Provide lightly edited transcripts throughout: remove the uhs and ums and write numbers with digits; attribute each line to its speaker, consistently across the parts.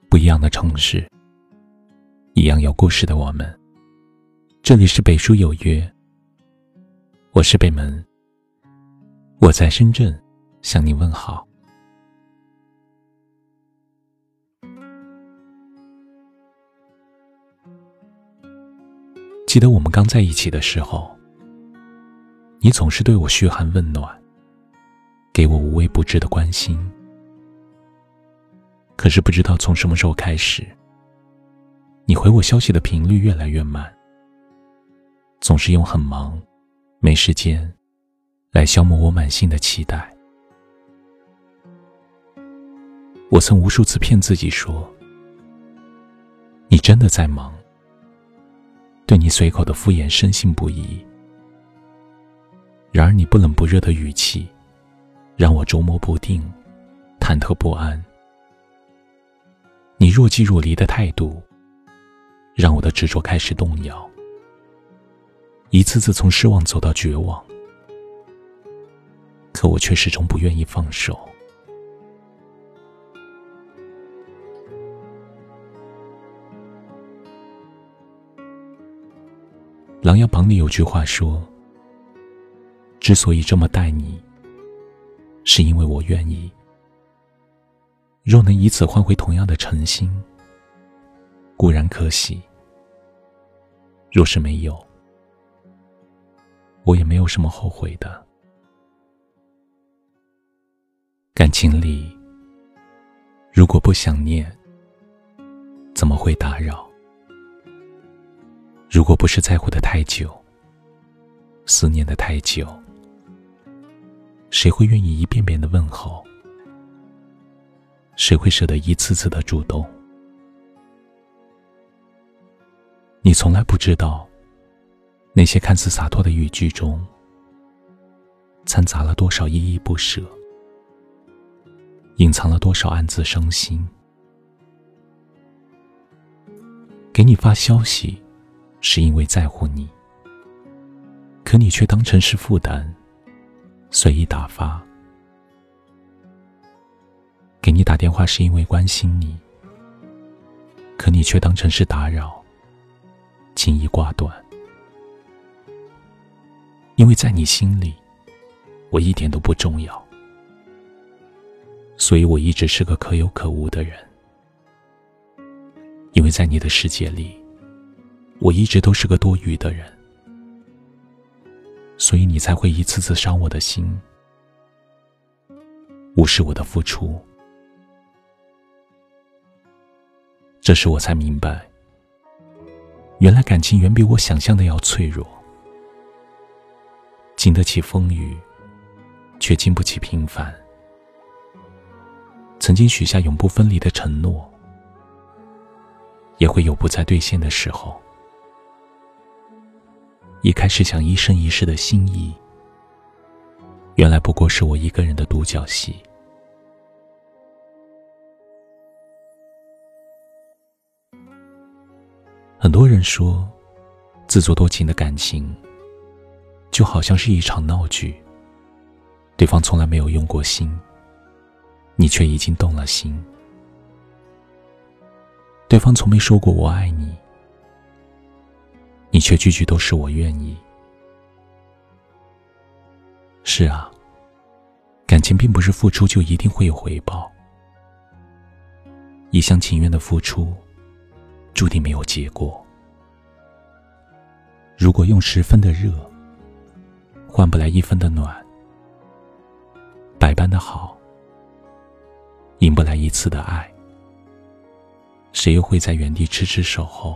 Speaker 1: 不一样的城市，一样有故事的我们。这里是北书有约，我是北门，我在深圳向你问好。记得我们刚在一起的时候，你总是对我嘘寒问暖，给我无微不至的关心。可是不知道从什么时候开始，你回我消息的频率越来越慢，总是用很忙、没时间来消磨我满心的期待。我曾无数次骗自己说，你真的在忙，对你随口的敷衍深信不疑。然而你不冷不热的语气，让我捉摸不定，忐忑不安。你若即若离的态度，让我的执着开始动摇，一次次从失望走到绝望。可我却始终不愿意放手。《琅琊榜》里有句话说，之所以这么待你，是因为我愿意。若能以此换回同样的诚心，固然可喜。若是没有，我也没有什么后悔的。感情里，如果不想念，怎么会打扰？如果不是在乎的太久，思念的太久，谁会愿意一遍遍的问候？谁会舍得一次次的主动？你从来不知道，那些看似洒脱的语句中，掺杂了多少依依不舍，隐藏了多少暗自伤心。给你发消息，是因为在乎你，可你却当成是负担，随意打发。给你打电话是因为关心你，可你却当成是打扰，轻易挂断。因为在你心里，我一点都不重要，所以我一直是个可有可无的人。因为在你的世界里，我一直都是个多余的人，所以你才会一次次伤我的心，无视我的付出。这时我才明白，原来感情远比我想象的要脆弱，经得起风雨，却经不起平凡。曾经许下永不分离的承诺，也会有不再兑现的时候。一开始想一生一世的心意，原来不过是我一个人的独角戏。很多人说，自作多情的感情就好像是一场闹剧，对方从来没有用过心，你却已经动了心。对方从没说过我爱你，你却句句都是我愿意。是啊，感情并不是付出就一定会有回报，一厢情愿的付出注定没有结果。如果用10分的热换不来1分的暖，100般的好赢不来1次的爱，谁又会在原地痴痴守候？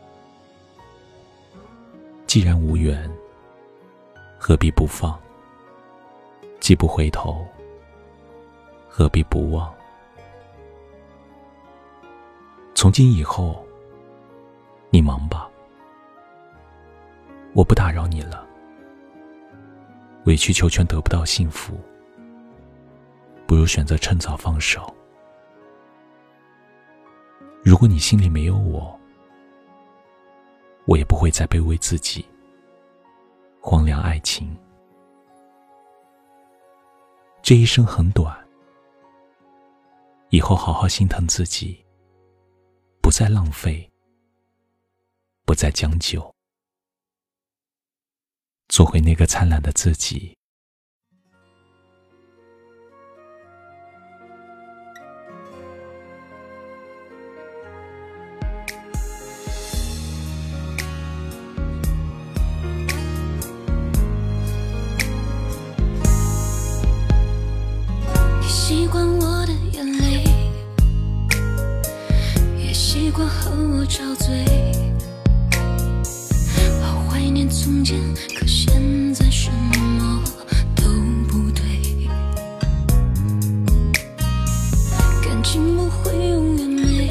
Speaker 1: 既然无缘，何必不放？既不回头，何必不忘？从今以后，你忙吧，我不打扰你了。委曲求全得不到幸福，不如选择趁早放手。如果你心里没有我，我也不会再卑微自己，荒凉爱情。这一生很短，以后好好心疼自己， 不再浪费，不再将就，做回那个灿烂的自己。
Speaker 2: 习惯我的眼泪，也习惯和我吵嘴，好怀念从前，可现在什么都不对。感情不会永远美，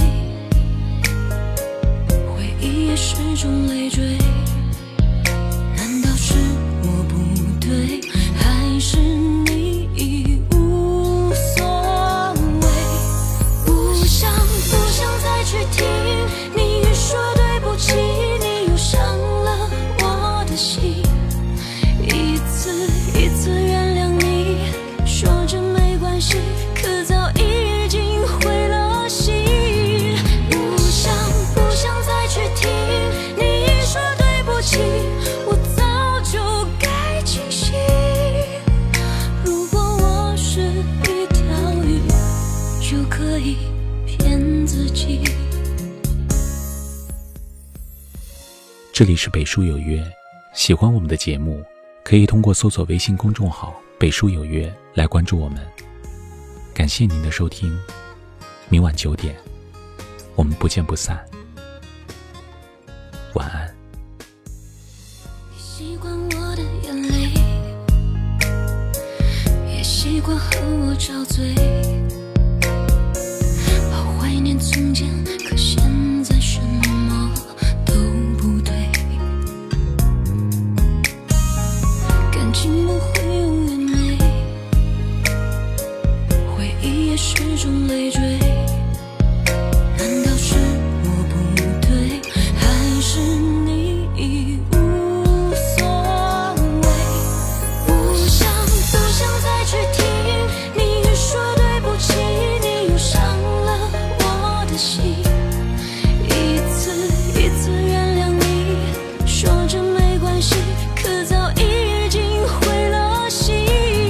Speaker 2: 回忆也始终累赘。难道是我不对，还是你已无所谓？不想再去听你说对不起，你又伤了我的心。一次一次原谅你，说着没关系，可早已经灰了心。不想再去听你说对不起，我早就该清醒。如果我是一条鱼，就可以骗自己。
Speaker 1: 这里是北书有约，喜欢我们的节目，可以通过搜索微信公众号北书有约来关注我们。感谢您的收听，明晚9点，我们不见不散。晚安。
Speaker 2: 习惯我的眼泪，也习惯和我吵嘴，好怀念从前，可现在什么都不对。感情不会永远美，回忆也始终累赘。难道是我不对，还是你已无所谓？不想再去听你说对不起，你又伤了我的心。一次一次原谅你，说着没关系，可早已经灰了心。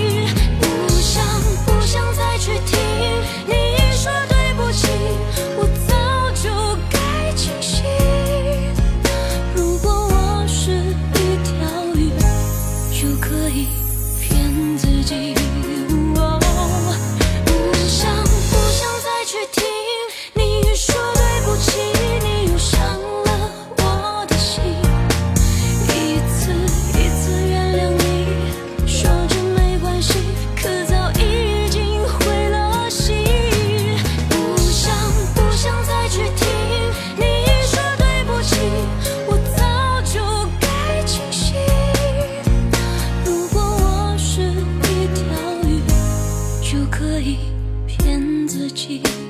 Speaker 2: 不想再去听你说对不起，我早就该清醒。如果我是一条鱼，就可以骗自己。不想再去听你说对不起，你又伤了我的心。一次一次原谅你，说着没关系，可早已经灰了心。不想再去听你说对不起，我早就该清醒。如果我是一条鱼，就可以骗自己。